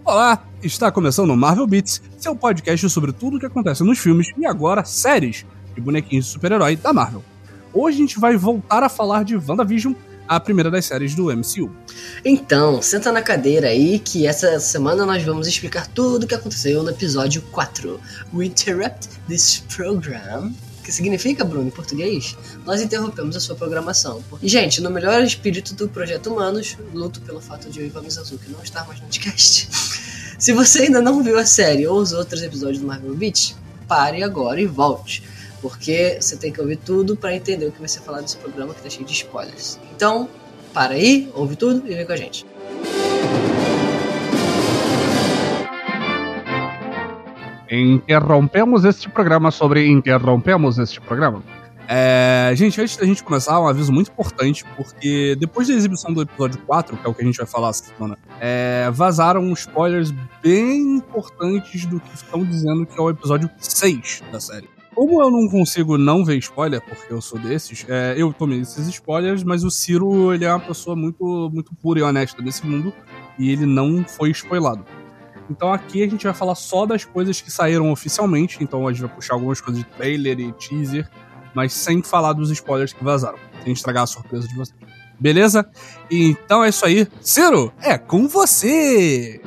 Olá, está começando o Marvel Beats, seu podcast sobre tudo o que acontece nos filmes e agora séries de bonequinhos de super-herói da Marvel. Hoje a gente vai voltar a falar de WandaVision, a primeira das séries do MCU. Então, senta na cadeira aí que essa semana nós vamos explicar tudo o que aconteceu no episódio 4. We interrupt this program. Que significa, Bruno, em português? Nós interrompemos a sua programação. E, gente, no melhor espírito do Projeto Humanos, luto pelo fato de eu e Ivan Mizazuki não estar mais no podcast. Se você ainda não viu a série ou os outros episódios do Marvel Beats, pare agora e volte. Porque você tem que ouvir tudo para entender o que vai ser falado nesse programa que tá cheio de spoilers. Então, para aí, ouve tudo e vem com a gente. Interrompemos este programa sobre interrompemos este programa. Gente, antes da gente começar, um aviso muito importante, porque depois da exibição do episódio 4, que é o que a gente vai falar essa semana, vazaram spoilers bem importantes do que estão dizendo que é o episódio 6 da série. Como eu não consigo não ver spoiler, porque eu sou desses, eu tomei esses spoilers, mas o Ciro, ele é uma pessoa muito, muito pura e honesta desse mundo, e ele não foi spoilado. Então aqui a gente vai falar só das coisas que saíram oficialmente, então a gente vai puxar algumas coisas de trailer e teaser, mas sem falar dos spoilers que vazaram, sem estragar a surpresa de vocês. Beleza? Então é isso aí. Ciro, é com você!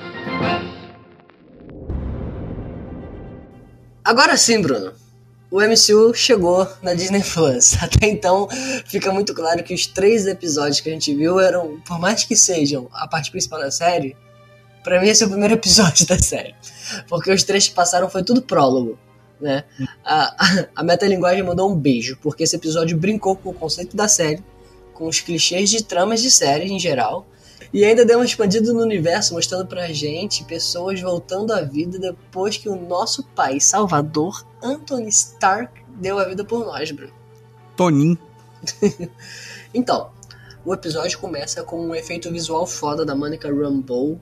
Agora sim, Bruno. O MCU chegou na Disney Plus. Até então, fica muito claro que os 3 episódios que a gente viu eram, por mais que sejam a parte principal da série, pra mim esse é o primeiro episódio da série. Porque os 3 que passaram foi tudo prólogo, né? A metalinguagem mandou um beijo, porque esse episódio brincou com o conceito da série, com os clichês de tramas de série em geral, e ainda deu uma expandida no universo, mostrando pra gente pessoas voltando à vida depois que o nosso pai salvador, Anthony Stark, deu a vida por nós, Bruno. Toninho. Então, o episódio começa com um efeito visual foda da Monica Rambeau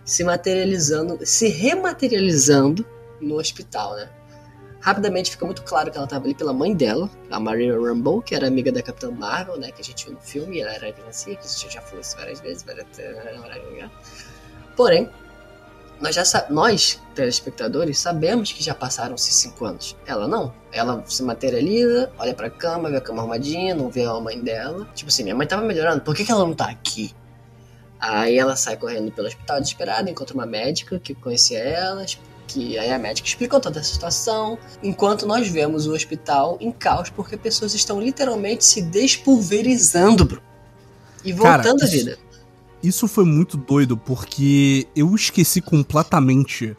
se rematerializando no hospital, né? Rapidamente fica muito claro que ela estava ali pela mãe dela, a Maria Rambeau, que era amiga da Capitã Marvel, né? Que a gente viu no filme, ela era criancinha, que a gente já falou isso várias vezes, porém, nós, telespectadores, sabemos que já passaram-se 5 anos. Ela não. Ela se materializa, olha pra cama, vê a cama arrumadinha, não vê a mãe dela. Tipo assim, minha mãe tava melhorando, por que ela não tá aqui? Aí ela sai correndo pelo hospital desesperada, encontra uma médica que conhecia ela, que aí a médica explicou toda a situação, enquanto nós vemos o hospital em caos, porque pessoas estão literalmente se despulverizando, bro, e voltando à vida. Isso foi muito doido, porque eu esqueci completamente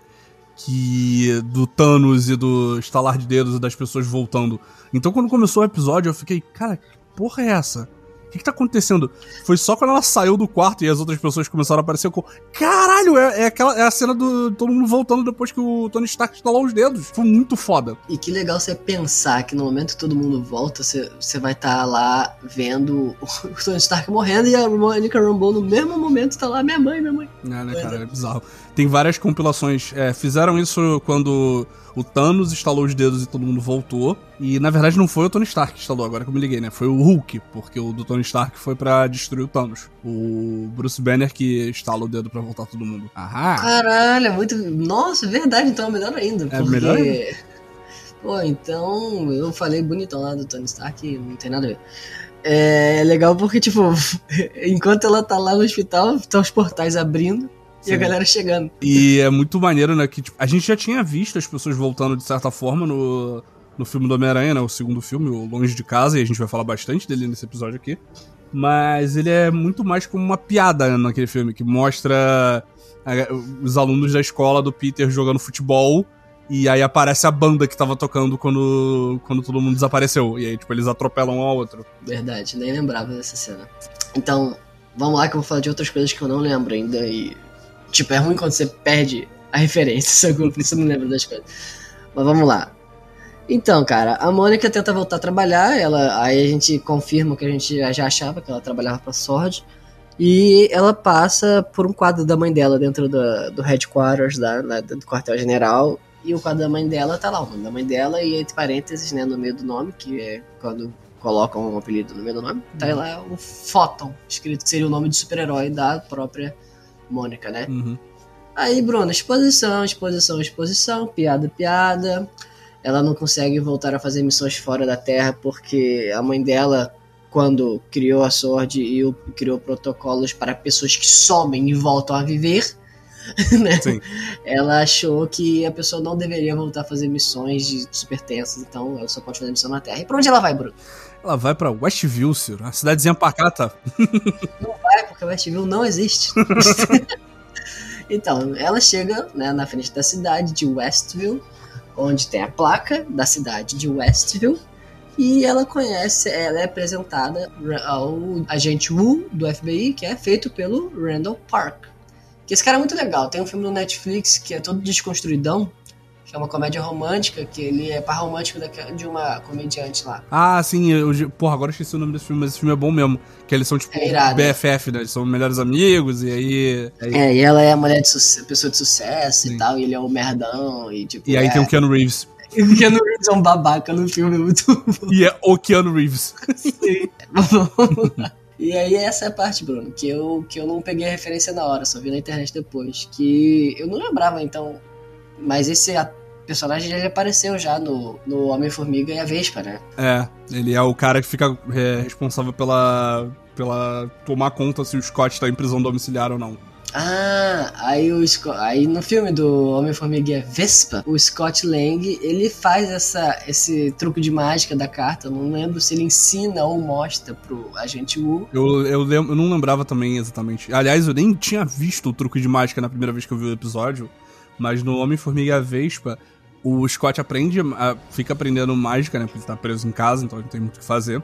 do Thanos e do estalar de dedos e das pessoas voltando. Então quando começou o episódio eu fiquei, cara, que porra é essa? O que tá acontecendo? Foi só quando ela saiu do quarto e as outras pessoas começaram a aparecer com... Caralho, é a cena do todo mundo voltando depois que o Tony Stark estalou os dedos. Foi muito foda. E que legal você pensar que no momento que todo mundo volta, você vai estar lá vendo o Tony Stark morrendo e a Monica Rambeau no mesmo momento tá lá, minha mãe. Né, cara, é bizarro. Tem várias compilações. Fizeram isso quando o Thanos estalou os dedos e todo mundo voltou. E, na verdade, não foi o Tony Stark que instalou, agora que eu me liguei, né? Foi o Hulk, porque o do Tony Stark foi pra destruir o Thanos. O Bruce Banner que estala o dedo pra voltar todo mundo. Aham! Caralho, é muito... Nossa, é verdade, então é melhor ainda. Porque... melhor ainda? Pô, então eu falei bonitão lá do Tony Stark, não tem nada a ver. É legal porque, tipo, enquanto ela tá lá no hospital, tá os portais abrindo. Sim. E a galera chegando. E é muito maneiro, né, que tipo, a gente já tinha visto as pessoas voltando de certa forma no filme do Homem-Aranha, né, o segundo filme, o Longe de Casa, e a gente vai falar bastante dele nesse episódio aqui. Mas ele é muito mais como uma piada naquele filme, que mostra os alunos da escola do Peter jogando futebol, e aí aparece a banda que tava tocando quando todo mundo desapareceu. E aí, tipo, eles atropelam um ao outro. Verdade, nem lembrava dessa cena. Então, vamos lá que eu vou falar de outras coisas que eu não lembro ainda e... Tipo, é ruim quando você perde a referência, sabe? Por isso eu não lembro das coisas. Mas vamos lá. Então, cara, a Mônica tenta voltar a trabalhar, aí a gente confirma que a gente já achava que ela trabalhava pra SWORD, e ela passa por um quadro da mãe dela dentro do headquarters, do quartel-general, e o quadro da mãe dela tá lá, o nome da mãe dela, e entre parênteses, né, no meio do nome, que é quando colocam um apelido no meio do nome, tá lá o Photon, escrito que seria o nome de super-herói da própria Mônica, né? Uhum. Aí, Bruno, exposição, piada. Ela não consegue voltar a fazer missões fora da Terra porque a mãe dela, quando criou a SWORD e criou protocolos para pessoas que somem e voltam a viver, né? Sim. Ela achou que a pessoa não deveria voltar a fazer missões de super tensas, então ela só pode fazer missão na Terra. E pra onde ela vai, Bruno? Ela vai pra Westview, Ciro, uma cidadezinha pacata. Não vai, porque Westview não existe. Então, ela chega, né, na frente da cidade de Westview, onde tem a placa da cidade de Westview, e ela é apresentada ao agente Wu do FBI, que é feito pelo Randall Park. Que esse cara é muito legal. Tem um filme no Netflix que é todo desconstruidão, que é uma comédia romântica, que ele é par romântico de uma comediante lá. Ah, sim, porra, agora eu esqueci o nome desse filme, mas esse filme é bom mesmo. Que eles são tipo BFF, né? Eles são melhores amigos, e aí... e ela é a mulher pessoa de sucesso, sim, e tal, e ele é o merdão, e tipo... E aí tem o Keanu Reeves. E o Keanu Reeves é um babaca no filme, é muito bom. E é o Keanu Reeves. Sim. E aí essa é a parte, Bruno, que eu não peguei a referência na hora, só vi na internet depois, que eu não lembrava, então... Mas esse personagem já apareceu já no Homem-Formiga e a Vespa, né? É, ele é o cara que fica responsável pela tomar conta se o Scott tá em prisão domiciliar ou não. Ah, aí no filme do Homem-Formiga e a Vespa, o Scott Lang, ele faz esse truque de mágica da carta. Eu não lembro se ele ensina ou mostra pro agente Wu. Eu não lembrava também exatamente. Aliás, eu nem tinha visto o truque de mágica na primeira vez que eu vi o episódio, mas no Homem-Formiga e a Vespa, o Scott fica aprendendo mágica, né? Porque ele tá preso em casa, então ele não tem muito o que fazer.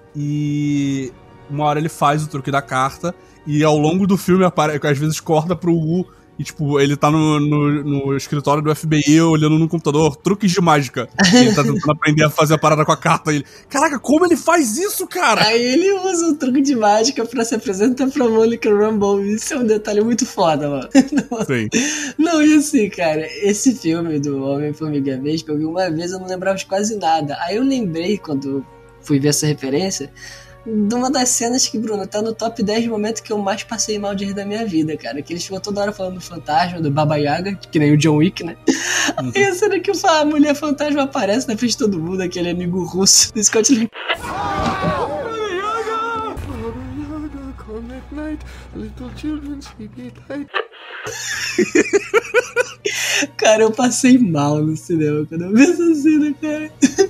E uma hora ele faz o truque da carta, e ao longo do filme, às vezes, corta pro Wu, e tipo, ele tá no escritório do FBI olhando no computador, truques de mágica. Ele tá tentando aprender a fazer a parada com a carta. E ele, caraca, como ele faz isso, cara? Aí ele usa o truque de mágica pra se apresentar pra Monica Rambeau. Isso é um detalhe muito foda, mano. Sim. Não, e assim, cara, esse filme do Homem-Formiga e a Vespa, eu vi uma vez, eu não lembrava de quase nada. Aí eu lembrei, quando fui ver essa referência, de uma das cenas que, Bruno, tá no top 10 de momentos que eu mais passei mal de rir da minha vida, cara. Que eles ficam toda hora falando do fantasma, do Baba Yaga, que nem o John Wick, né? Uhum. Aí a cena que a mulher fantasma aparece na frente de todo mundo, aquele amigo russo do Scott Lang. Baba Yaga, come at night, little children sleep at night. Cara, eu passei mal no cinema quando eu vi essa cena, cara.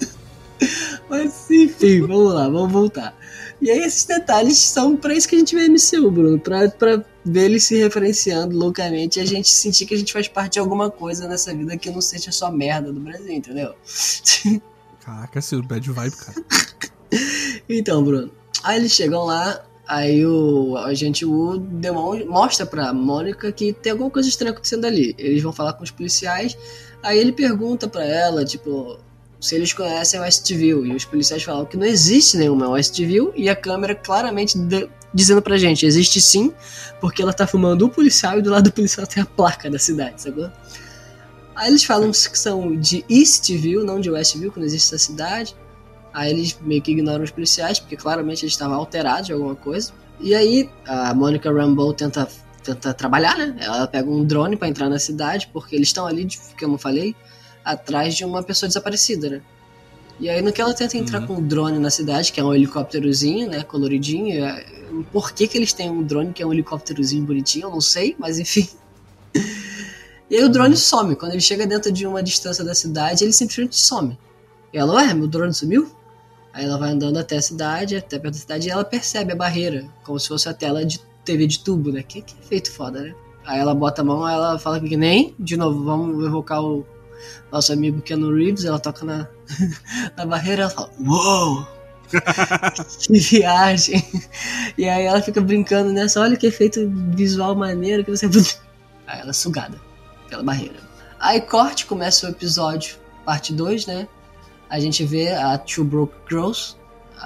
Mas enfim, vamos lá, vamos voltar. E aí esses detalhes são pra isso que a gente vê MCU, Bruno, pra ver ele se referenciando loucamente e a gente sentir que a gente faz parte de alguma coisa nessa vida que não seja só merda do Brasil, entendeu? Caraca, esse bad vibe, cara. Então, Bruno, aí eles chegam lá, aí o agente Wu mostra pra Mônica que tem alguma coisa estranha acontecendo ali. Eles vão falar com os policiais, aí ele pergunta pra ela, tipo, se eles conhecem a Westview, e os policiais falam que não existe nenhuma Westview, e a câmera claramente dizendo pra gente, existe sim, porque ela tá filmando o policial e do lado do policial tem a placa da cidade, sacou? Aí eles falam que são de Eastview, não de Westview, que não existe essa cidade. Aí eles meio que ignoram os policiais, porque claramente eles estavam alterados de alguma coisa. E aí a Monica Rambeau tenta trabalhar, né? Ela pega um drone pra entrar na cidade, porque eles estão ali, como eu falei, atrás de uma pessoa desaparecida, né? E aí no que ela tenta entrar com um drone na cidade, que é um helicópterozinho, né, coloridinho, por que eles têm um drone que é um helicópterozinho bonitinho, eu não sei, mas enfim. E aí o drone some, quando ele chega dentro de uma distância da cidade, ele simplesmente some. E ela, ué, meu drone sumiu? Aí ela vai andando até a cidade, até perto da cidade, e ela percebe a barreira, como se fosse a tela de TV de tubo, né, que efeito foda, né? Aí ela bota a mão, aí ela fala que nem, de novo, vamos evocar o nosso amigo Keanu Reeves, ela toca na barreira, ela fala, uou! Que viagem! E aí ela fica brincando nessa, olha que efeito visual maneiro que você... Aí ela é sugada pela barreira. Aí corte, começa o episódio, parte 2, né? A gente vê a Two Broke Girls,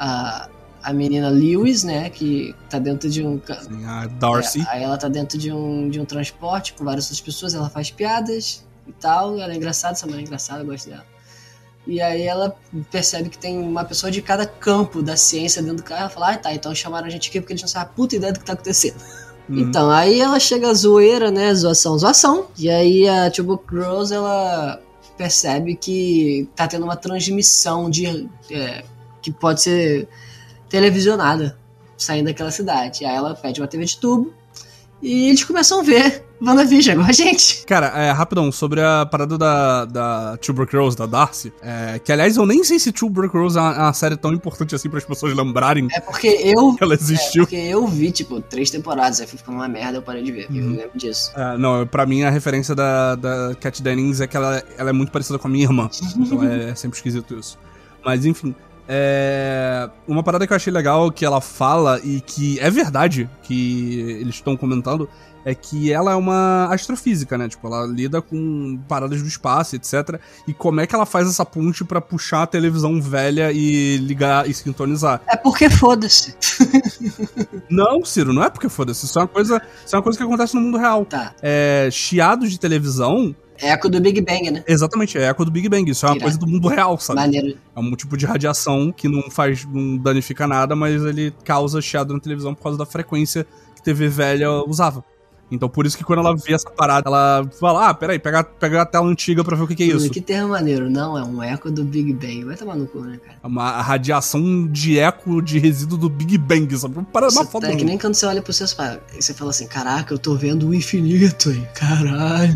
a menina Lewis, né, que tá dentro de um... Sim, a Darcy. Aí ela tá dentro de um transporte com várias outras pessoas, ela faz piadas e tal, ela é engraçada, essa mulher é engraçada, eu gosto dela. E aí ela percebe que tem uma pessoa de cada campo da ciência dentro do carro, ela fala, tá, então chamaram a gente aqui porque eles não sabem a puta ideia do que tá acontecendo. Então, aí ela chega a zoeira, né? Zoação. E aí a Tuberculose, ela percebe que tá tendo uma transmissão que pode ser televisionada saindo daquela cidade. Aí ela pede uma TV de tubo e eles começam a ver WandaVision, igual a gente. Cara, rapidão, sobre a parada da Tuberculose, da Darcy, que aliás eu nem sei se Tuberculose é uma série tão importante assim para as pessoas lembrarem que ela existiu. Porque eu vi, 3 temporadas, aí fui ficando uma merda, eu parei de ver, eu lembro disso. Não, pra mim a referência da Kat Dennings é que ela é muito parecida com a minha irmã, então é sempre esquisito isso. Mas enfim, uma parada que eu achei legal que ela fala e que é verdade, que eles estão comentando, é que ela é uma astrofísica, né? Tipo, ela lida com paradas do espaço, etc. E como é que ela faz essa ponte pra puxar a televisão velha e ligar e sintonizar? É porque foda-se. Não, Ciro, não é porque foda-se. Isso é uma coisa que acontece no mundo real. Tá. Chiados de televisão... É eco do Big Bang, né? Exatamente, é eco do Big Bang. Isso é uma coisa do mundo real, sabe? Maneiro. É um tipo de radiação que não danifica nada, mas ele causa chiado na televisão por causa da frequência que TV velha usava. Então por isso que quando ela vê essa parada, ela fala, peraí, pega a tela antiga pra ver o que é isso. Que termo maneiro. Não, é um eco do Big Bang. Vai tomar no cu, né, cara? É uma radiação de eco de resíduo do Big Bang, sabe? Uma foda. É que nem quando você olha pros seus pais e você fala assim, caraca, eu tô vendo o infinito aí, caralho.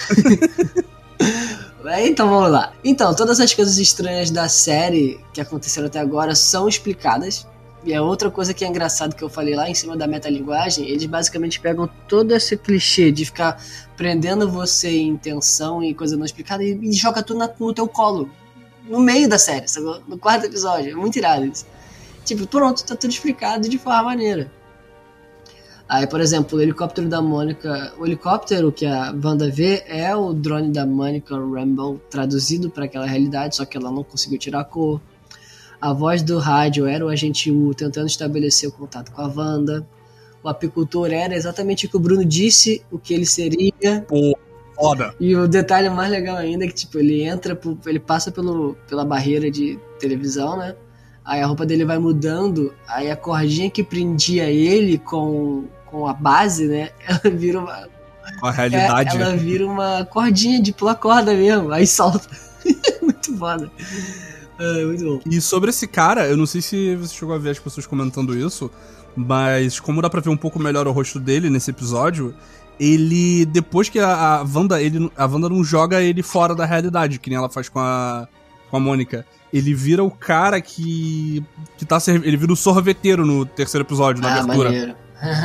Então vamos lá. Então, todas as coisas estranhas da série que aconteceram até agora são explicadas. E é outra coisa que é engraçado que eu falei lá em cima da metalinguagem, eles basicamente pegam todo esse clichê de ficar prendendo você em tensão e coisa não explicada e joga tudo no teu colo, no meio da série, sabe? No 4º episódio. É muito irado isso. Tipo, pronto, tá tudo explicado de forma maneira. Aí, por exemplo, o helicóptero da Mônica... O helicóptero que a Wanda vê é o drone da Monica Rambeau traduzido para aquela realidade, só que ela não conseguiu tirar a cor. A voz do rádio era o agente U tentando estabelecer o contato com a Wanda. O apicultor era exatamente o que o Bruno disse, o que ele seria. Pô, foda. E o detalhe mais legal ainda é que, ele passa pela barreira de televisão, né? Aí a roupa dele vai mudando, aí a cordinha que prendia ele com a base, né? Ela vira uma... Com a realidade. Ela vira uma cordinha de pular corda mesmo, aí solta. Muito foda. Muito bom. E sobre esse cara, eu não sei se você chegou a ver as pessoas comentando isso, mas como dá pra ver um pouco melhor o rosto dele nesse episódio, ele, depois que a Wanda não joga ele fora da realidade, que nem ela faz com a Mônica, ele vira o cara que tá ele vira o sorveteiro no 3º episódio, na abertura. Maneiro.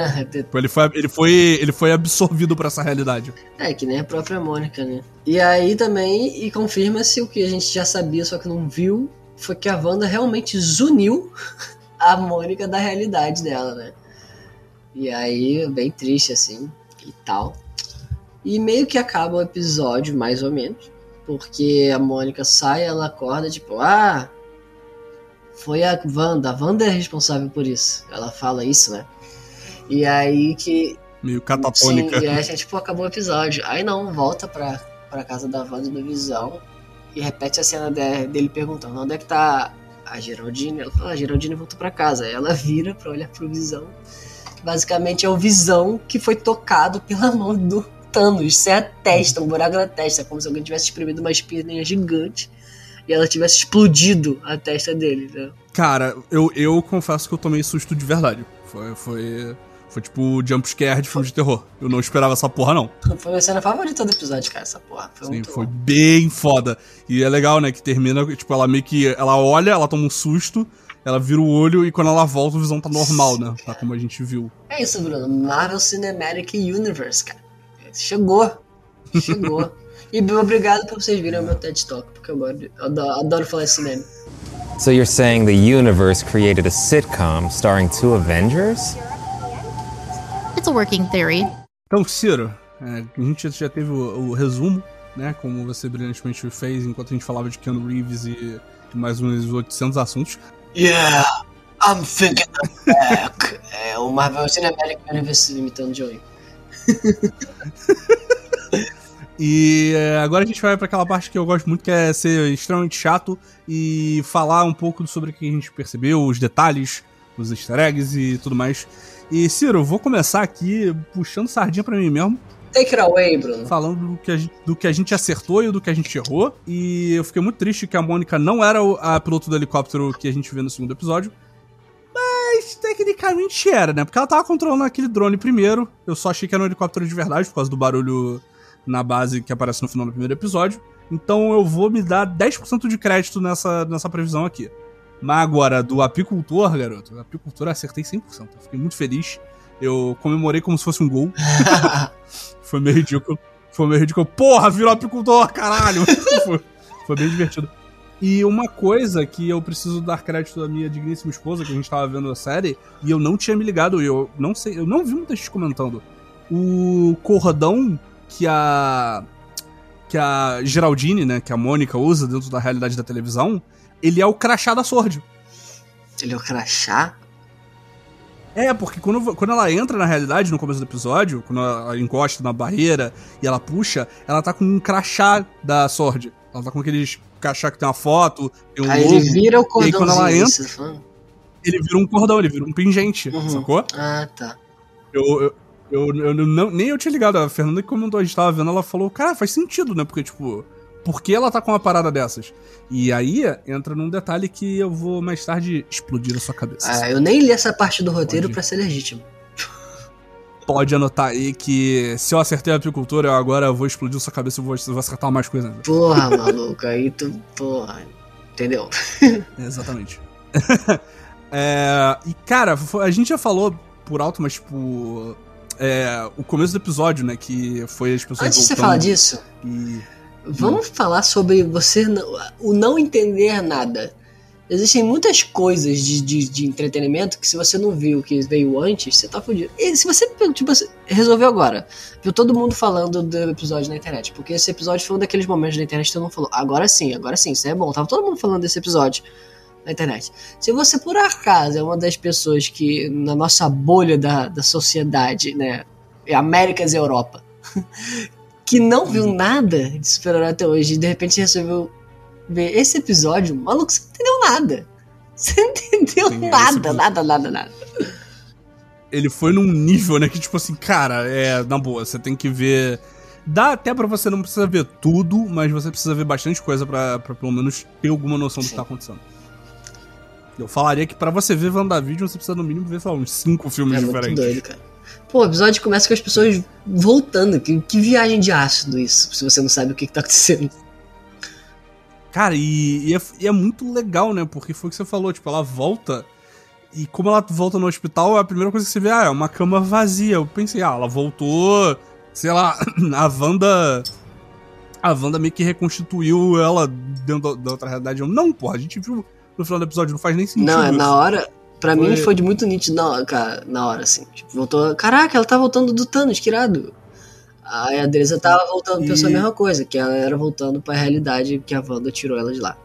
Ele foi absorvido pra essa realidade. Que nem a própria Mônica, né? E aí também, confirma-se o que a gente já sabia, só que não viu, foi que a Wanda realmente zuniu a Mônica da realidade dela, né? E aí, bem triste, assim, e tal. E meio que acaba o episódio, mais ou menos, porque a Mônica sai, ela acorda, tipo, foi a Wanda é responsável por isso. Ela fala isso, né? E aí que... Meio catatônica. Sim, e aí a gente, acabou o episódio. Aí não, volta pra casa da Wanda e do Visão e repete a cena dele perguntando onde é que tá a Geraldine. Ela fala, a Geraldine voltou pra casa. Aí ela vira pra olhar pro Visão. Basicamente é o Visão que foi tocado pela mão do Thanos. Sem a testa, um buraco na testa. Como se alguém tivesse espremido uma espinha gigante e ela tivesse explodido a testa dele, né? Cara, eu confesso que eu tomei susto de verdade. Foi tipo jumpscare de filme de terror. Eu não esperava essa porra, não. Foi a cena favorita do episódio, cara, essa porra. Foi bem foda. E é legal, né, que termina, tipo, ela meio que... Ela olha, ela toma um susto, ela vira o olho e quando ela volta, a visão tá normal, né? Tá como a gente viu. É isso, Bruno. Marvel Cinematic Universe, cara. Chegou. E obrigado por vocês virem o meu TED Talk, porque eu adoro falar esse cinema. So you're saying the universe created a sitcom starring 2 Avengers? It's a working theory. Então, Ciro, a gente já teve o resumo, né? Como você brilhantemente fez enquanto a gente falava de Keanu Reeves e mais uns 800 assuntos. Yeah, I'm thinking I'm back. O Marvel Cinematic Universe imitando o Joey. E agora a gente vai pra aquela parte que eu gosto muito, que é ser extremamente chato e falar um pouco sobre o que a gente percebeu, os detalhes, os easter eggs e tudo mais. E, Ciro, eu vou começar aqui puxando sardinha pra mim mesmo. Take it away, Bruno. Falando do que a gente acertou e do que a gente errou. E eu fiquei muito triste que a Mônica não era a piloto do helicóptero que a gente viu no segundo episódio. Mas tecnicamente era, né? Porque ela tava controlando aquele drone primeiro. Eu só achei que era um helicóptero de verdade por causa do barulho na base que aparece no final do primeiro episódio. Então eu vou me dar 10% de crédito nessa previsão aqui. Mas agora, do apicultor, garoto, o apicultor eu acertei 100%. Eu fiquei muito feliz. Eu comemorei como se fosse um gol. Foi meio ridículo. Porra, virou apicultor, caralho! Foi bem divertido. E uma coisa que eu preciso dar crédito da minha digníssima esposa, que a gente tava vendo a série, e eu não tinha me ligado, eu não sei, eu não vi muita gente comentando. O cordão que a Geraldine, né, que a Mônica usa dentro da realidade da televisão, ele é o crachá da Sword. Ele é o crachá? É, porque quando ela entra na realidade, no começo do episódio, quando ela encosta na barreira e ela puxa, ela tá com um crachá da Sword. Ela tá com aqueles crachá que tem uma foto, tem um logo. Ele vira o cordãozinho. E aí, quando ela entra, ele vira um cordão, ele vira um pingente, sacou? Ah, tá. Nem eu tinha ligado. A Fernanda que comentou, a gente tava vendo, ela falou, cara, faz sentido, né? Porque, tipo, por que ela tá com uma parada dessas? E aí entra num detalhe que eu vou mais tarde explodir a sua cabeça. Ah, eu nem li essa parte do roteiro pra ser legítimo. Pode anotar aí que se eu acertei a apicultura, agora eu vou explodir a sua cabeça e vou acertar mais coisas ainda. Porra, maluco, aí tu... Porra, entendeu? Exatamente. E, cara, a gente já falou por alto, mas, tipo... o começo do episódio, né, que foi as pessoas Antes de você falar disso, vamos falar sobre o não entender nada. Existem muitas coisas de entretenimento que se você não viu o que veio antes, você tá fudido. E se você, tipo, resolveu agora, viu todo mundo falando do episódio na internet, porque esse episódio foi um daqueles momentos da internet que todo mundo falou, agora sim, isso é bom. Tava todo mundo falando desse episódio na internet. Se você, por acaso, é uma das pessoas que, na nossa bolha da sociedade, né, Américas e Europa, que não viu nada de super-herói até hoje e de repente resolveu ver esse episódio, maluco, você não entendeu nada. Você não entendeu nada. Ele foi num nível, né, que tipo assim, cara, na boa, você tem que ver... Dá até pra você não precisar ver tudo, mas você precisa ver bastante coisa pra pelo menos ter alguma noção do que tá acontecendo. Eu falaria que pra você ver WandaVision, você precisa no mínimo ver, sei lá, uns 5 filmes diferentes. Muito doido, cara. Pô, o episódio começa com as pessoas voltando. Que viagem de ácido isso, se você não sabe o que tá acontecendo. Cara, e é muito legal, né? Porque foi o que você falou, tipo, ela volta... E como ela volta no hospital, a primeira coisa que você vê é uma cama vazia. Eu pensei, ela voltou... Sei lá, a Wanda meio que reconstituiu ela dentro da outra realidade. Não, porra, a gente viu no final do episódio, não faz nem sentido. Não, na hora... Pra mim foi de muito nítido na hora, assim. Tipo, voltou... Caraca, ela tá voltando do Thanos, que irado. Aí a Adresa tava voltando, pensou a mesma coisa, que ela era voltando pra realidade que a Wanda tirou ela de lá.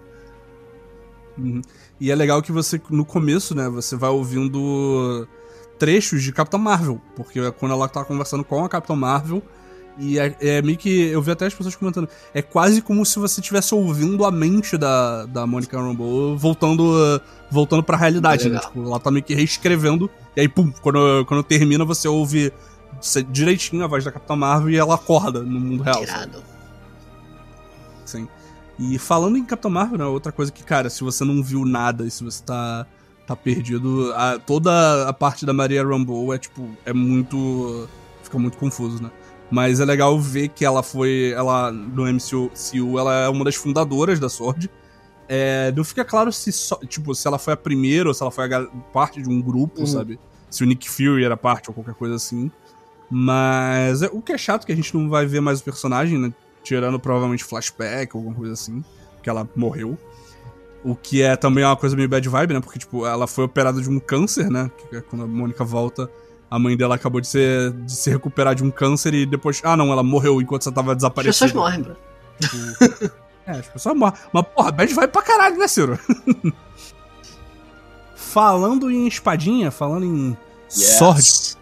Uhum. E é legal que você, no começo, né, você vai ouvindo trechos de Capitã Marvel, porque quando ela tá conversando com a Capitã Marvel, e é meio que, eu vi até as pessoas comentando, é quase como se você estivesse ouvindo a mente da Monica Rambeau voltando pra realidade, né, tipo, ela tá meio que reescrevendo, e aí, pum, quando termina, você ouve direitinho a voz da Capitã Marvel e ela acorda no mundo real. Sim. E falando em Capitã Marvel, né, outra coisa que, cara, se você não viu nada e se você tá perdido, toda a parte da Maria Rambeau fica muito confuso, né? Mas é legal ver que ela no MCU, ela é uma das fundadoras da Sword. Não fica claro se ela foi a primeira ou se ela foi parte de um grupo, sabe? Se o Nick Fury era parte ou qualquer coisa assim. Mas o que é chato é que a gente não vai ver mais o personagem, né? Tirando provavelmente flashback ou alguma coisa assim, que ela morreu. O que é também uma coisa meio bad vibe, né? Porque, tipo, ela foi operada de um câncer, né? Que quando a Mônica volta, a mãe dela acabou de se recuperar de um câncer e depois... não, ela morreu enquanto você tava desaparecendo. As pessoas morrem, bro. Tipo, as pessoas morrem. Mas, porra, bad vibe pra caralho, né, Ciro? Falando em espadinha, falando em Sword...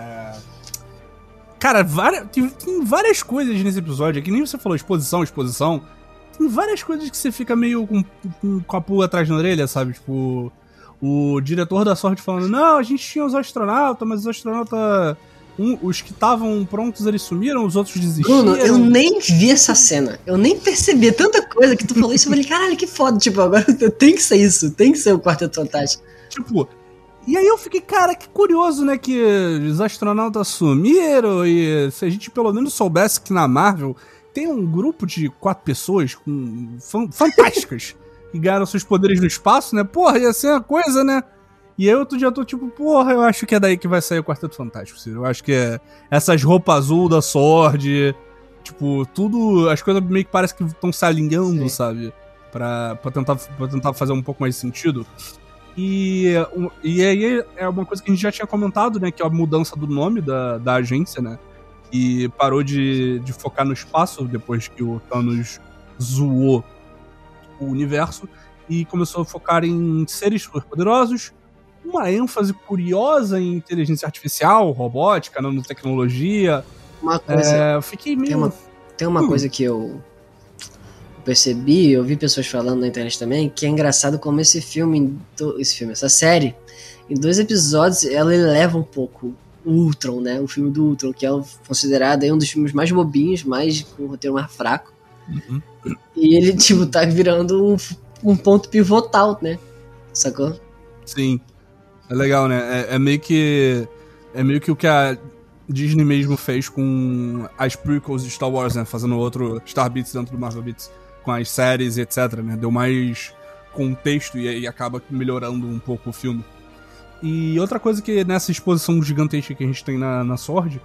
Cara, tem várias coisas nesse episódio, que nem você falou, exposição. Tem várias coisas que você fica meio com a pulga atrás da orelha, sabe? Tipo, o diretor da SWORD falando, não, a gente tinha os astronautas, mas os astronautas... os que estavam prontos, eles sumiram, os outros desistiram. Bruno, eu nem vi essa cena. Eu nem percebi tanta coisa que tu falou isso. Eu falei, caralho, que foda. Tipo, agora tem que ser isso. Tem que ser o Quarteto Fantástico. Tipo, e aí eu fiquei, cara, que curioso, né, que os astronautas sumiram e se a gente pelo menos soubesse que na Marvel tem um grupo de 4 pessoas fantásticas que ganharam seus poderes no espaço, né? Porra, ia ser uma coisa, né? E aí outro dia eu tô tipo, porra, eu acho que é daí que vai sair o Quarteto Fantástico, Ciro. Eu acho que é essas roupas azul da SWORD, tipo, tudo, as coisas meio que parece que estão se alinhando, sim, sabe? Pra tentar fazer um pouco mais de sentido. E aí é uma coisa que a gente já tinha comentado, né? Que é a mudança do nome da agência, né? E parou de focar no espaço depois que o Thanos zoou o universo e começou a focar em seres superpoderosos, uma ênfase curiosa em inteligência artificial, robótica, nanotecnologia. Uma coisa... eu fiquei meio... Tem uma coisa que eu percebi, eu vi pessoas falando na internet também, que é engraçado como essa série, em 2 episódios, ela eleva um pouco o Ultron, né? O filme do Ultron, que é considerado aí um dos filmes mais bobinhos, mais com um roteiro mais fraco. Uhum. E ele, tipo, tá virando um ponto pivotal, né? Sacou? Sim. É legal, né? É meio que o que a Disney mesmo fez com as prequels de Star Wars, né? Fazendo outro Star Beats dentro do Marvel Beats, com as séries e etc, né? Deu mais contexto e acaba melhorando um pouco o filme. E outra coisa que nessa exposição gigantesca que a gente tem na SWORD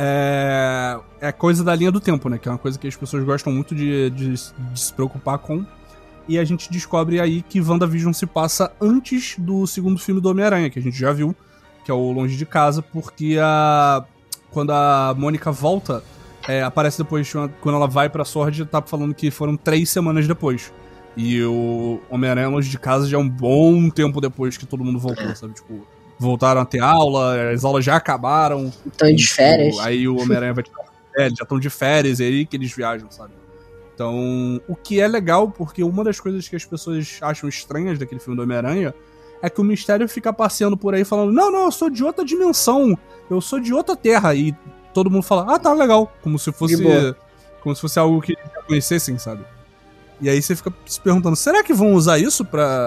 é coisa da linha do tempo, né? Que é uma coisa que as pessoas gostam muito de se preocupar com. E a gente descobre aí que WandaVision se passa antes do segundo filme do Homem-Aranha, que a gente já viu, que é o Longe de Casa, porque quando a Mônica volta, aparece depois, quando ela vai pra SWORD, tá falando que foram 3 semanas depois. E o Homem-Aranha Longe de Casa já é um bom tempo depois que todo mundo voltou, sabe? Tipo, voltaram a ter aula, as aulas já acabaram. Estão de férias. Aí o Homem-Aranha vai tirar férias, já estão de férias, é aí que eles viajam, sabe? Então, o que é legal, porque uma das coisas que as pessoas acham estranhas daquele filme do Homem-Aranha é que o Mistério fica passeando por aí falando, não, eu sou de outra dimensão, eu sou de outra terra, e todo mundo fala, tá, legal, como se fosse algo que eles já conhecessem, sabe? E aí você fica se perguntando, será que vão usar isso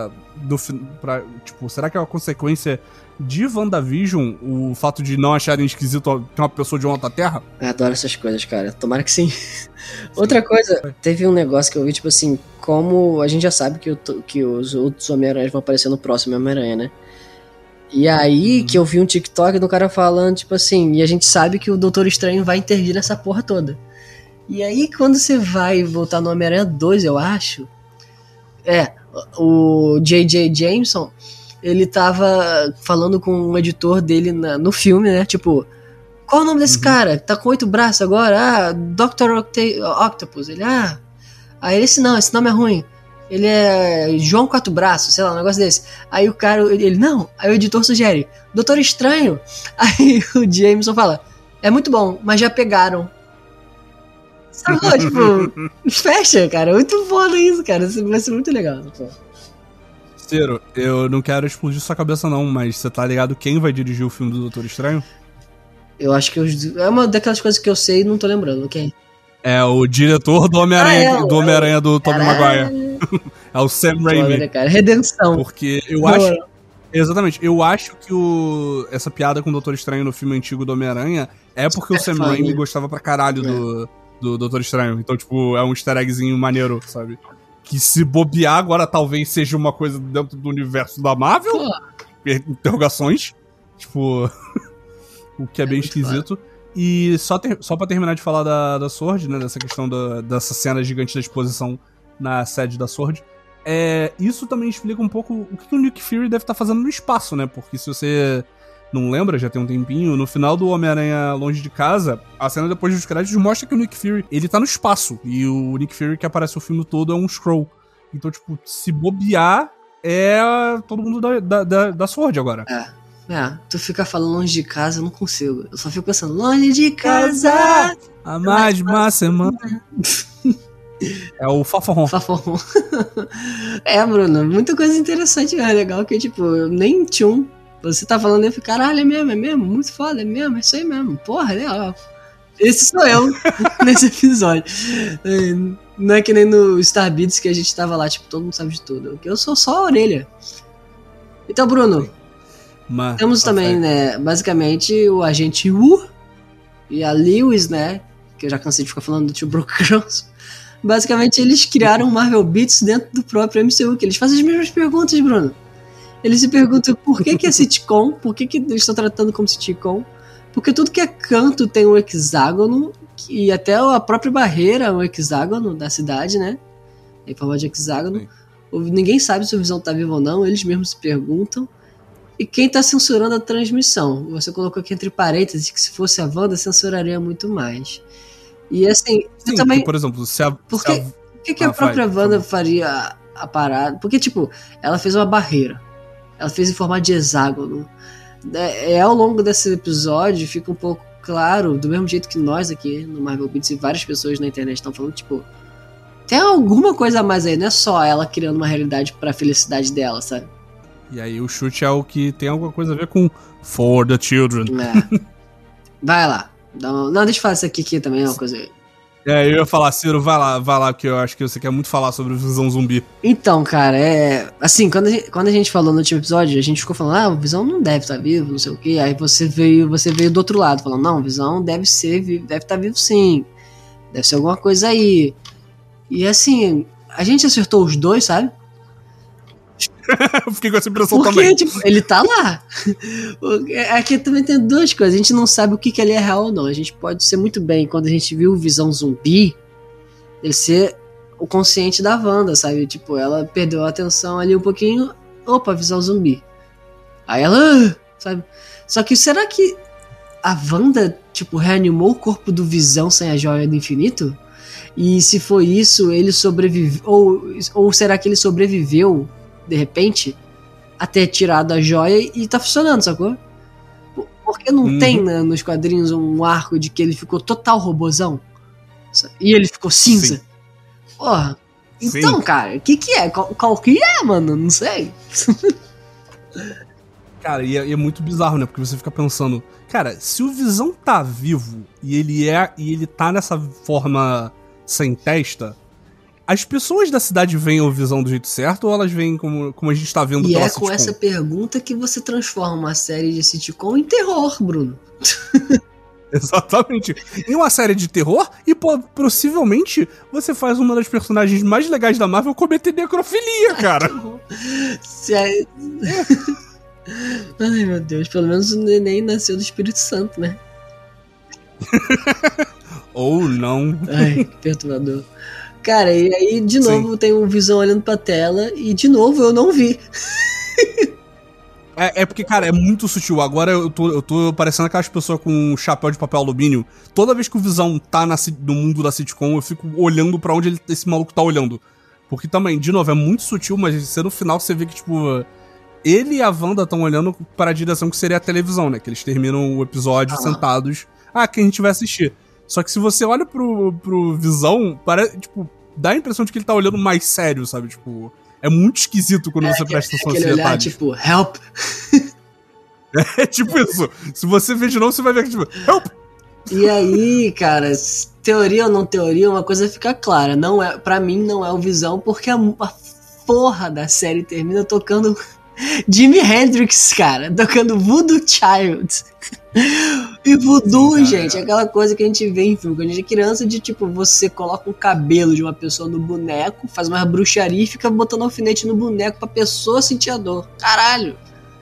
tipo, será que é uma consequência de WandaVision, o fato de não acharem esquisito ter uma pessoa de uma outra terra? Eu adoro essas coisas, cara. Tomara que sim. Outra coisa, teve um negócio que eu vi, tipo assim, como a gente já sabe que os outros Homem-Aranhas vão aparecer no próximo Homem-Aranha, né? E aí que eu vi um TikTok do cara falando, tipo assim, e a gente sabe que o Doutor Estranho vai intervir nessa porra toda. E aí quando você vai voltar no Homem-Aranha 2, eu acho, o J.J. Jameson, ele tava falando com um editor dele no filme, né? Tipo, qual o nome desse cara? Tá com 8 braços agora? Dr. Octopus. Ele, aí esse nome é ruim. Ele é João 4 braços, sei lá, um negócio desse. Aí o cara, ele, não. Aí o editor sugere, Doutor Estranho. Aí o Jameson fala, é muito bom, mas já pegaram. Sacou? Tipo, fecha, cara. Muito foda isso, cara. Isso vai ser muito legal. Pô. Ciro, eu não quero explodir sua cabeça não, mas você tá ligado quem vai dirigir o filme do Doutor Estranho? Eu acho que é uma daquelas coisas que eu sei e não tô lembrando. Quem? É o diretor do Homem-Aranha do Tobey Maguire. É o Sam Raimi. Foda, cara. Redenção. Porque eu acho... Exatamente. Eu acho que essa piada com o Doutor Estranho no filme antigo do Homem-Aranha é porque o Sam Raimi gostava pra caralho do Doutor Estranho. Então, tipo, é um easter eggzinho maneiro, sabe? Que se bobear agora talvez seja uma coisa dentro do universo da Marvel. Interrogações. Tipo, o que é bem esquisito. E só pra terminar de falar da SWORD, né? Dessa questão dessa cena gigante da exposição na sede da SWORD. Isso também explica um pouco o que o Nick Fury deve estar fazendo no espaço, né? Porque se você não lembra, já tem um tempinho, no final do Homem-Aranha Longe de Casa, a cena depois dos créditos mostra que o Nick Fury, ele tá no espaço. E o Nick Fury que aparece o filme todo é um Skrull. Então, tipo, se bobear, é todo mundo da SWORD agora. Tu fica falando longe de casa, eu não consigo. Eu só fico pensando, longe de casa, há mais de uma semana. É o Faforron. Faforron. Bruno, muita coisa interessante, é legal que, tipo, nem tchum. Você tá falando e eu fico, caralho, é mesmo, muito foda, é mesmo, é isso aí mesmo. Porra, legal. Esse sou eu nesse episódio. Não é que nem no Starbeats que a gente tava lá, tipo, todo mundo sabe de tudo. Eu sou só a orelha. Então, Bruno, temos também, né, basicamente o agente Wu e a Lewis, né, que eu já cansei de ficar falando do tio Brook Johnson. Basicamente, eles criaram o Marvel Beats dentro do próprio MCU, que eles fazem as mesmas perguntas, Bruno. Eles se perguntam por que é sitcom, por que eles estão tratando como sitcom, porque tudo que é canto tem um hexágono, e até a própria barreira é um hexágono da cidade, né, em forma de hexágono. Sim. Ninguém sabe se o Visão tá vivo ou não, eles mesmos se perguntam. E quem tá censurando a transmissão? Você colocou aqui entre parênteses que se fosse a Wanda, censuraria muito mais. E assim, sim, também... por exemplo, Por que a própria Wanda faria a parada? Porque, tipo, ela fez uma barreira. Ela fez em formato de hexágono. Ao longo desse episódio, fica um pouco claro, do mesmo jeito que nós aqui no Marvel Beats e várias pessoas na internet estão falando, tipo, tem alguma coisa a mais aí, não é só ela criando uma realidade pra felicidade dela, sabe? E aí o chute é o que tem alguma coisa a ver com For the Children. Vai lá. Não, deixa eu falar isso aqui também é uma coisa... Eu ia falar, Ciro, vai lá, porque eu acho que você quer muito falar sobre o Visão Zumbi. Então, cara, assim, quando a gente falou no último episódio, a gente ficou falando, o Visão não deve estar vivo, não sei o quê. Aí você veio do outro lado, falando, não, o Visão deve estar vivo sim. Deve ser alguma coisa aí. E assim, a gente acertou os dois, sabe? Eu fiquei com essa impressão também. Porque, tipo, ele tá lá. Aqui também tem duas coisas. A gente não sabe o que ali é real ou não. A gente pode ser muito bem, quando a gente viu o Visão Zumbi, ele ser o consciente da Wanda, sabe? Tipo, ela perdeu a atenção ali um pouquinho. Opa, Visão Zumbi. Aí ela... sabe? Só que será que a Wanda, tipo, reanimou o corpo do Visão sem a Joia do Infinito? E se foi isso, ele sobreviveu... Ou será que ele sobreviveu... de repente, até tirado a joia e tá funcionando, sacou? Porque não tem nos quadrinhos um arco de que ele ficou total robozão? E ele ficou cinza? Sim. Porra. Então, sim, cara, o que é? Qual que é, mano? Não sei. Cara, e é muito bizarro, né? Porque você fica pensando, cara, se o Visão tá vivo e ele tá nessa forma sem testa, as pessoas da cidade veem o Visão do jeito certo ou elas veem como a gente tá vendo pela sitcom? E é com essa pergunta que você transforma uma série de sitcom em terror, Bruno. Exatamente. Em uma série de terror e possivelmente você faz uma das personagens mais legais da Marvel cometer necrofilia, cara. Ai, meu Deus. Pelo menos o neném nasceu do Espírito Santo, né? Ou não. Ai, que perturbador. Cara, e aí de novo tem um Visão olhando pra tela e de novo eu não vi. É porque, cara, é muito sutil. Agora eu tô parecendo aquelas pessoas com um chapéu de papel alumínio. Toda vez que o Visão tá no mundo da sitcom, eu fico olhando pra onde esse maluco tá olhando. Porque também, de novo, é muito sutil, mas no final você vê que, tipo, ele e a Wanda estão olhando para a direção que seria a televisão, né? Que eles terminam o episódio sentados. Que a gente vai assistir. Só que se você olha pro Visão, parece, tipo, dá a impressão de que ele tá olhando mais sério, sabe? Tipo, é muito esquisito quando você presta atenção nesse detalhe. Tipo, help! É tipo isso. Se você ver de novo, você vai ver que, tipo, help! E aí, cara, teoria ou não teoria, uma coisa fica clara. Pra mim, não é o Visão, porque a porra da série termina tocando Jimi Hendrix, cara. Tocando Voodoo Child. E voodoo, sim, gente, é aquela coisa que a gente vê em filme. Quando a gente é criança, de tipo, você coloca um cabelo de uma pessoa no boneco, faz uma bruxaria e fica botando alfinete no boneco pra pessoa sentir a dor. Caralho!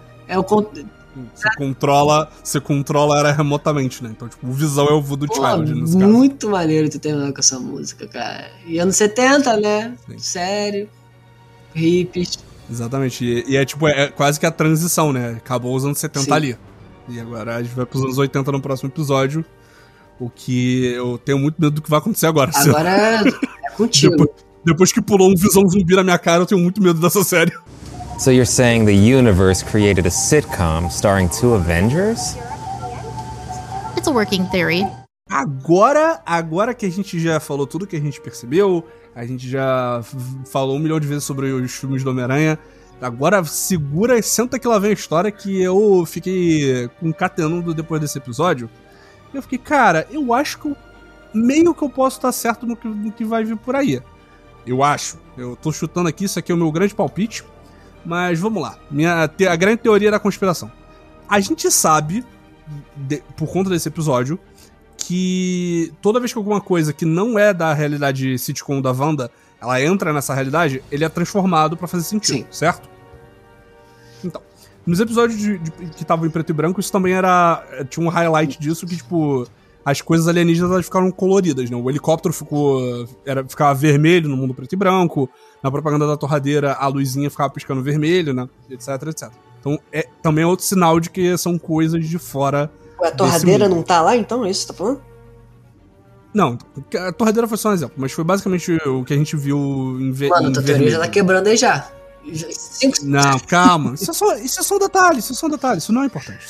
Você controla ela remotamente, né? Então, tipo, o Visão é o Voodoo Child nesse caso. Muito maneiro tu terminar com essa música, cara. E anos 70, né? Sim. Sério. Hippies. Exatamente. E é tipo, é quase que a transição, né? Acabou os anos 70 sim, ali. E agora a gente vai pros anos 80 no próximo episódio. O que eu tenho muito medo do que vai acontecer agora. Agora é contigo. Depois que pulou um Visão Zumbi na minha cara, eu tenho muito medo dessa série. So you're saying the universe created a sitcom starring two Avengers? It's a working theory. Agora que a gente já falou tudo que a gente percebeu, a gente já falou 1 milhão de vezes sobre os filmes do Homem-Aranha, agora segura e senta que lá vem a história que eu fiquei concatenando depois desse episódio. Eu fiquei, cara, eu acho que meio que eu posso estar certo no que vai vir por aí. Eu acho. Eu tô chutando aqui, isso aqui é o meu grande palpite. Mas vamos lá. A grande teoria da conspiração. A gente sabe, por conta desse episódio, que toda vez que alguma coisa que não é da realidade sitcom da Wanda, ela entra nessa realidade, ele é transformado pra fazer sentido, Sim. certo? Então, nos episódios que estavam em preto e branco, isso também tinha um highlight disso, que tipo, as coisas alienígenas elas ficaram coloridas, né? O helicóptero ficava vermelho no mundo preto e branco, na propaganda da torradeira a luzinha ficava piscando vermelho, né? Etc, etc. Então, também é outro sinal de que são coisas de fora. Ué, a torradeira não tá lá, então? É isso que você tá falando? Não, a torradeira foi só um exemplo, mas foi basicamente o que a gente viu em vermelho. Mano, a teoria já tá quebrando aí já. Não, calma. Isso é só um detalhe, isso não é importante,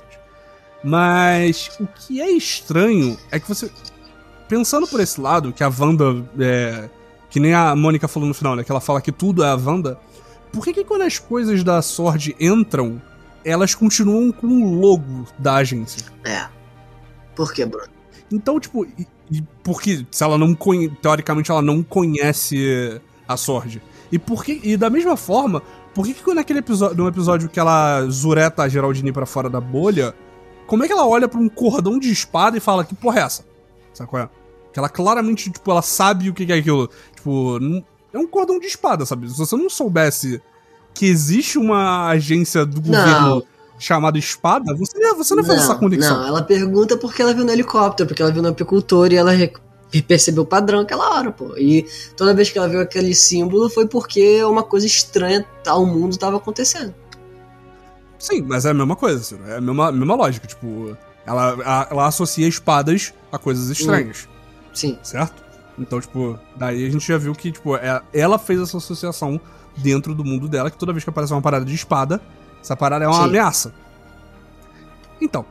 Mas o que é estranho é que você... Pensando por esse lado, que a Wanda que nem a Mônica falou no final, né? Que ela fala que tudo é a Wanda. Por que quando as coisas da SWORD entram, elas continuam com o logo da agência? Por que, Bruno? Então, tipo... Porque se ela não teoricamente ela não conhece a SWORD. E da mesma forma, por que quando no episódio que ela zureta a Geraldine pra fora da bolha, como é que ela olha pra um cordão de espada e fala, que porra é essa? Sabe qual é? Que ela claramente, tipo, ela sabe o que é aquilo. Tipo, é um cordão de espada, sabe? Se você não soubesse que existe uma agência do governo chamada Espada, você não faz essa conexão. Não, ela pergunta porque ela viu no helicóptero, porque ela viu no apicultor e ela percebeu o padrão aquela hora, pô. E toda vez que ela viu aquele símbolo foi porque uma coisa estranha ao mundo tava acontecendo. Sim, mas é a mesma coisa, Ciro. É a mesma lógica. Tipo, ela associa espadas a coisas estranhas. Sim. Certo? Então, tipo, daí a gente já viu que, tipo, ela fez essa associação dentro do mundo dela, que toda vez que aparece uma parada de espada, essa parada é uma ameaça. Então,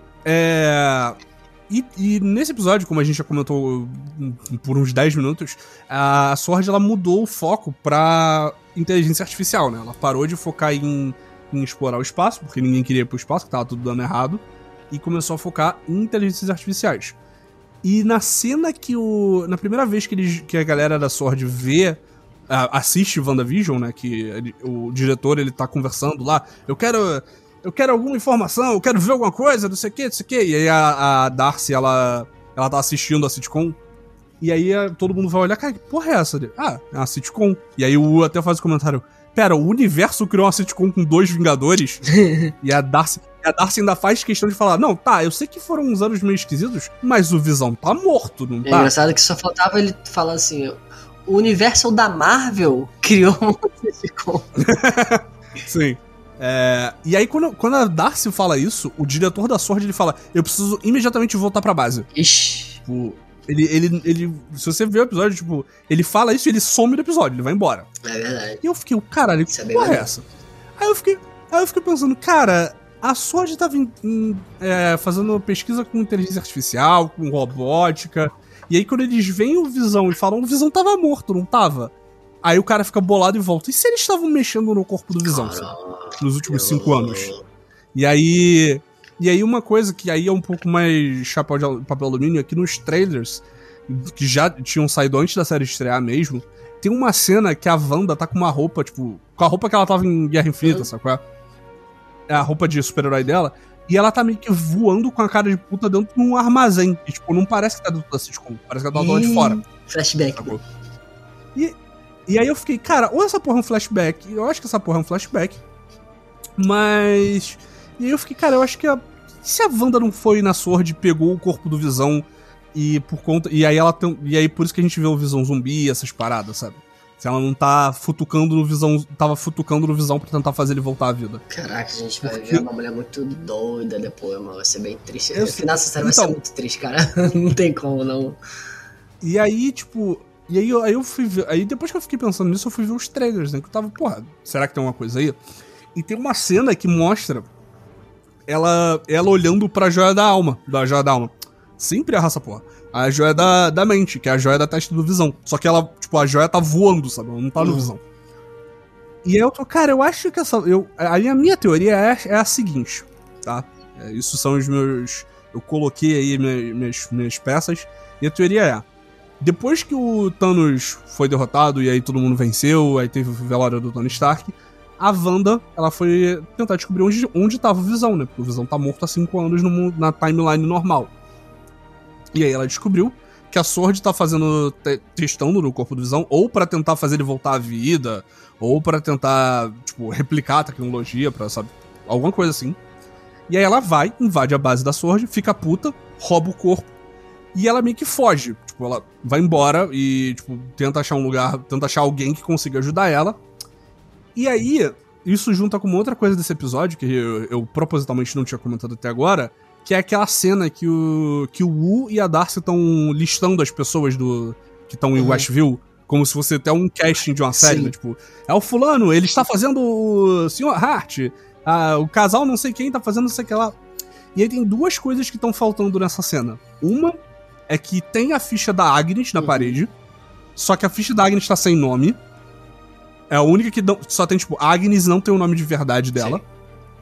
E nesse episódio, como a gente já comentou por uns 10 minutos, a SWORD ela mudou o foco pra inteligência artificial, né? Ela parou de focar em explorar o espaço, porque ninguém queria ir pro espaço, que tava tudo dando errado, e começou a focar em inteligências artificiais. E na cena na primeira vez que a galera da SWORD assiste WandaVision, né? Que o diretor, ele tá conversando lá, eu quero alguma informação, eu quero ver alguma coisa, não sei o que. E aí a Darcy, ela tá assistindo a sitcom. E aí todo mundo vai olhar, cara, que porra é essa? É uma sitcom. E aí o até faz o comentário, pera, o universo criou uma sitcom com 2 Vingadores? E a Darcy ainda faz questão de falar, não, tá, eu sei que foram uns anos meio esquisitos, mas o Visão tá morto, não tá? É engraçado que só faltava ele falar assim, o universo da Marvel criou uma sitcom. Sim. E aí, quando a Darcy fala isso, o diretor da SWORD, ele fala, eu preciso imediatamente voltar pra base. Ixi. Tipo, ele se você ver o episódio, tipo, ele fala isso e ele some do episódio, ele vai embora. É verdade. E eu fiquei, caralho, que porra é essa? Aí eu fiquei pensando, cara, a SWORD tava fazendo pesquisa com inteligência artificial, com robótica, e aí quando eles veem o Visão e falam, o Visão tava morto, não tava? Aí o cara fica bolado e volta. E se eles estavam mexendo no corpo do Visão, sabe? Nos últimos 5 anos? E aí uma coisa que aí é um pouco mais chapéu de papel alumínio é que nos trailers, que já tinham saído antes da série estrear mesmo, tem uma cena que a Wanda tá com uma roupa, tipo, com a roupa que ela tava em Guerra Infinita, sabe qual é? É a roupa de super-herói dela, e ela tá meio que voando com a cara de puta dentro de um armazém. E, tipo, não parece que tá dentro da sitcom, parece que ela tá do lado de fora. Flashback. Sacou? E aí eu fiquei, cara, ou essa porra é um flashback, eu acho que essa porra é um flashback, mas... E aí eu fiquei, cara, eu acho que se a Wanda não foi na SWORD e pegou o corpo do Visão e aí por isso que a gente vê o Visão zumbi e essas paradas, sabe? Se ela não tá futucando no Visão, tava futucando no Visão pra tentar fazer ele voltar à vida. Caraca, a gente vai ver uma mulher muito doida depois, mano, vai ser bem triste. O final dessa série vai ser muito triste, cara, não tem como, não. E aí, tipo... E aí eu fui ver... Aí depois que eu fiquei pensando nisso, eu fui ver os trailers, né? Que eu tava, porra, será que tem alguma coisa aí? E tem uma cena que mostra ela olhando pra Joia da Alma. Da Joia da Alma. Sempre erra essa porra. A joia da mente, que é a joia da testa do Visão. Só que ela, tipo, a joia tá voando, sabe? Ela não tá no Visão. E aí eu tô, cara, eu acho que a minha teoria é a seguinte, tá? Isso são os meus... Eu coloquei aí minhas peças. E a teoria é... Depois que o Thanos foi derrotado e aí todo mundo venceu, aí teve o velório do Tony Stark, a Wanda, ela foi tentar descobrir onde tava o Visão, né? Porque o Visão tá morto há 5 anos na timeline normal. E aí ela descobriu que a Sword tá fazendo testando no corpo do Visão, ou pra tentar fazer ele voltar à vida, ou pra tentar, tipo, replicar a tecnologia, pra, sabe, alguma coisa assim. E aí ela vai, invade a base da Sword, fica puta, rouba o corpo, e ela meio que foge. Tipo, ela vai embora e, tipo, tenta achar um lugar, tenta achar alguém que consiga ajudar ela. E aí, isso junta com uma outra coisa desse episódio, que eu propositalmente não tinha comentado até agora, que é aquela cena que o Wu e a Darcy estão listando as pessoas que estão em Westview, como se fosse até um casting de uma série, né? Tipo, é o fulano, ele está fazendo o Sr. Hart, o casal não sei quem tá fazendo não sei o que lá. E aí tem 2 coisas que estão faltando nessa cena. Uma é que tem a ficha da Agnes na parede, só que a ficha da Agnes tá sem nome. É a única que só tem, tipo, Agnes não tem o nome de verdade dela. Sim.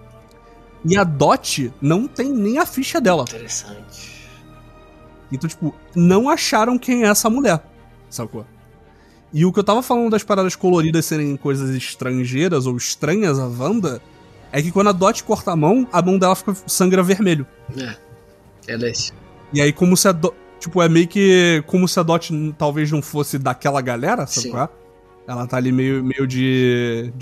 E a Dot não tem nem a ficha dela. Interessante. Então, tipo, não acharam quem é essa mulher, sacou? E o que eu tava falando das paradas coloridas serem coisas estrangeiras ou estranhas à Wanda, é que quando a Dot corta a mão dela sangra vermelho. É desse. E aí, como se a Dot... Tipo, é meio que como se a Dot talvez não fosse daquela galera, sabe qual é? Ela tá ali meio de...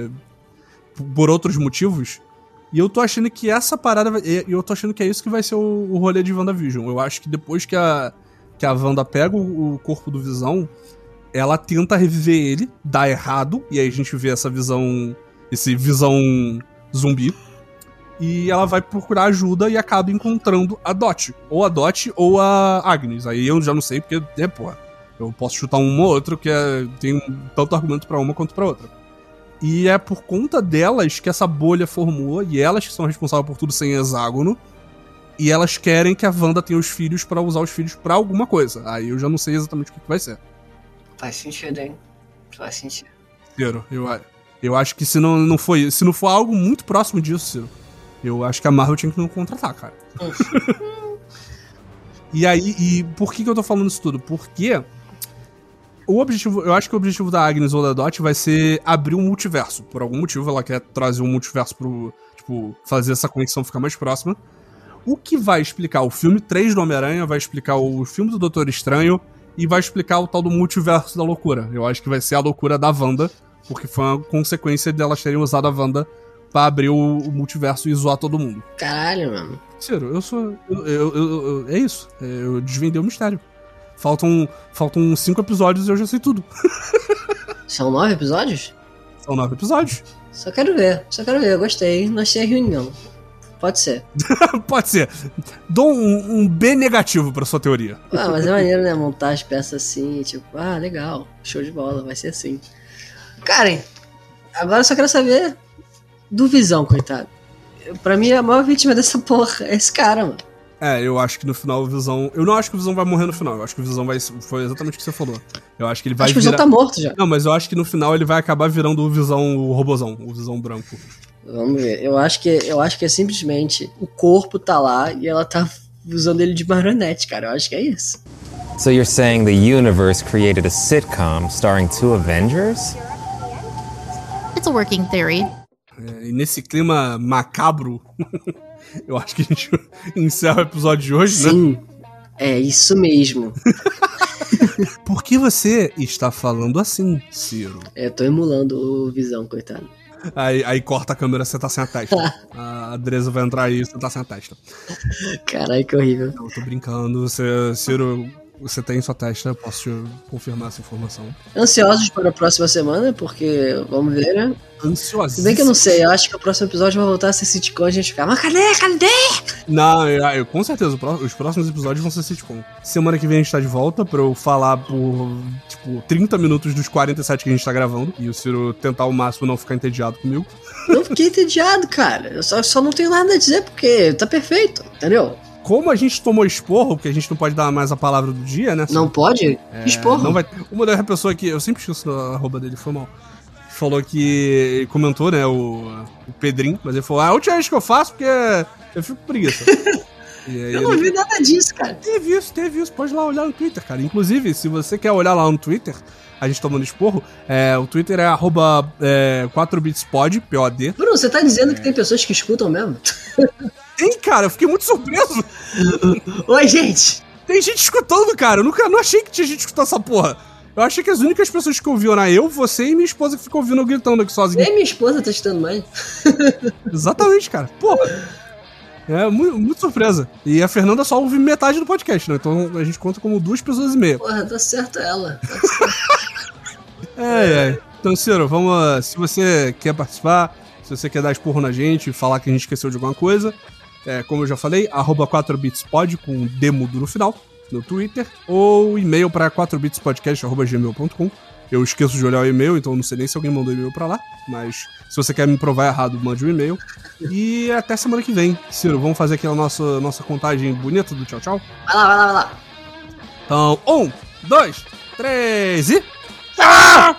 por outros motivos. E eu tô achando que essa parada... Eu tô achando que é isso que vai ser o rolê de WandaVision. Eu acho que depois que a Wanda pega o corpo do Visão, ela tenta reviver ele, dá errado, e aí a gente vê esse Visão zumbi. E ela vai procurar ajuda e acaba encontrando a Dot. Ou a Dot ou a Agnes. Aí eu já não sei, porque, porra, eu posso chutar uma ou outra, que tem tanto argumento pra uma quanto pra outra. E é por conta delas que essa bolha formou, e elas que são responsáveis por tudo sem hexágono, e elas querem que a Wanda tenha os filhos pra usar os filhos pra alguma coisa. Aí eu já não sei exatamente o que vai ser. Faz sentido, hein? Faz sentido. Ciro, eu acho que se não for algo muito próximo disso, Ciro, eu acho que a Marvel tinha que não contratar, cara. E por que eu tô falando isso tudo? Porque eu acho que o objetivo da Agnes ou da Dot vai ser abrir um multiverso. Por algum motivo ela quer trazer um multiverso pro, tipo, fazer essa conexão ficar mais próxima. O que vai explicar o filme 3 do Homem-Aranha, vai explicar o filme do Doutor Estranho e vai explicar o tal do multiverso da loucura. Eu acho que vai ser a loucura da Wanda, porque foi uma consequência delas terem usado a Wanda pra abrir o multiverso e zoar todo mundo. Caralho, mano. Ciro, é isso. Eu desvendei o mistério. Faltam 5 episódios e eu já sei tudo. São 9 episódios? São 9 episódios. Só quero ver. Eu gostei. Não achei ruim, não. Pode ser. Pode ser. Dou um B negativo pra sua teoria. Mas é maneiro, né? Montar as peças assim, tipo, legal. Show de bola, vai ser assim. Karen, agora eu só quero saber do Visão, coitado. Pra mim, a maior vítima dessa porra é esse cara, mano. Eu acho que no final o Visão... Eu não acho que o Visão vai morrer no final. Eu acho que o Visão vai... Foi exatamente o que você falou. Eu acho que ele vai Acho que o Visão tá morto já. Não, mas eu acho que no final ele vai acabar virando o Visão, o robozão. O Visão branco. Vamos ver. Eu acho que é simplesmente o corpo tá lá e ela tá usando ele de marionete, cara. Eu acho que é isso. So you're saying the universe created a sitcom starring 2 Avengers? It's a working theory. E nesse clima macabro, eu acho que a gente encerra o episódio de hoje, né? Sim, é isso mesmo. Por que você está falando assim, Ciro? Eu tô emulando o Visão, coitado. Aí corta a câmera, você tá sem a testa. A Dresa vai entrar aí e você tá sem a testa. Caralho, que horrível. Eu tô brincando, Ciro... Você tem sua testa, posso te confirmar essa informação. Ansiosos para a próxima semana, porque vamos ver, né? Ansiosos. Se bem que eu não sei, eu acho que o próximo episódio vai voltar a ser sitcom e a gente ficar, mas cadê? Não, eu com certeza, os próximos episódios vão ser sitcom. Semana que vem a gente tá de volta pra eu falar por, 30 minutos dos 47 que a gente tá gravando. E o Ciro tentar ao máximo não ficar entediado comigo. Não fiquei entediado, cara. Eu só não tenho nada a dizer porque tá perfeito, entendeu? como a gente tomou esporro, porque a gente não pode dar mais a palavra do dia, né? Não pode? Esporro? Não vai... Uma da pessoa que... Eu sempre esqueço a arroba dele, foi mal. Falou que... Ele comentou, né, o Pedrinho, mas ele falou, a última vez que eu faço, porque eu fico com preguiça. Eu não vi nada disso, cara. Teve isso. Pode ir lá olhar no Twitter, cara. Inclusive, se você quer olhar lá no Twitter, a gente tomando esporro, o Twitter é @4bitspod, POD. Bruno, você tá dizendo que tem pessoas que escutam mesmo? Tem, cara, eu fiquei muito surpreso. Oi, gente. Tem gente escutando, cara. Eu não achei que tinha gente escutando essa porra. Eu achei que as únicas pessoas que ouviam eram eu, você e minha esposa que ficou ouvindo eu gritando aqui sozinho. Nem minha esposa tá escutando mais. Exatamente, cara. Porra. Muito surpresa. E a Fernanda só ouve metade do podcast, né? Então a gente conta como 2 pessoas e meia. Porra, tá certo ela. Então, Ciro, vamos. Se você quer participar, se você quer dar esporro na gente, falar que a gente esqueceu de alguma coisa, como eu já falei, @4bitspod com D mudo no final, no Twitter, ou e-mail para 4bitspodcast@gmail.com. Eu esqueço de olhar o e-mail, então não sei nem se alguém mandou e-mail pra lá, mas se você quer me provar errado, mande um e-mail. E até semana que vem. Ciro, vamos fazer aqui a nossa contagem bonita do tchau, tchau? Vai lá. Então, 1, 2, 3 e... Ah!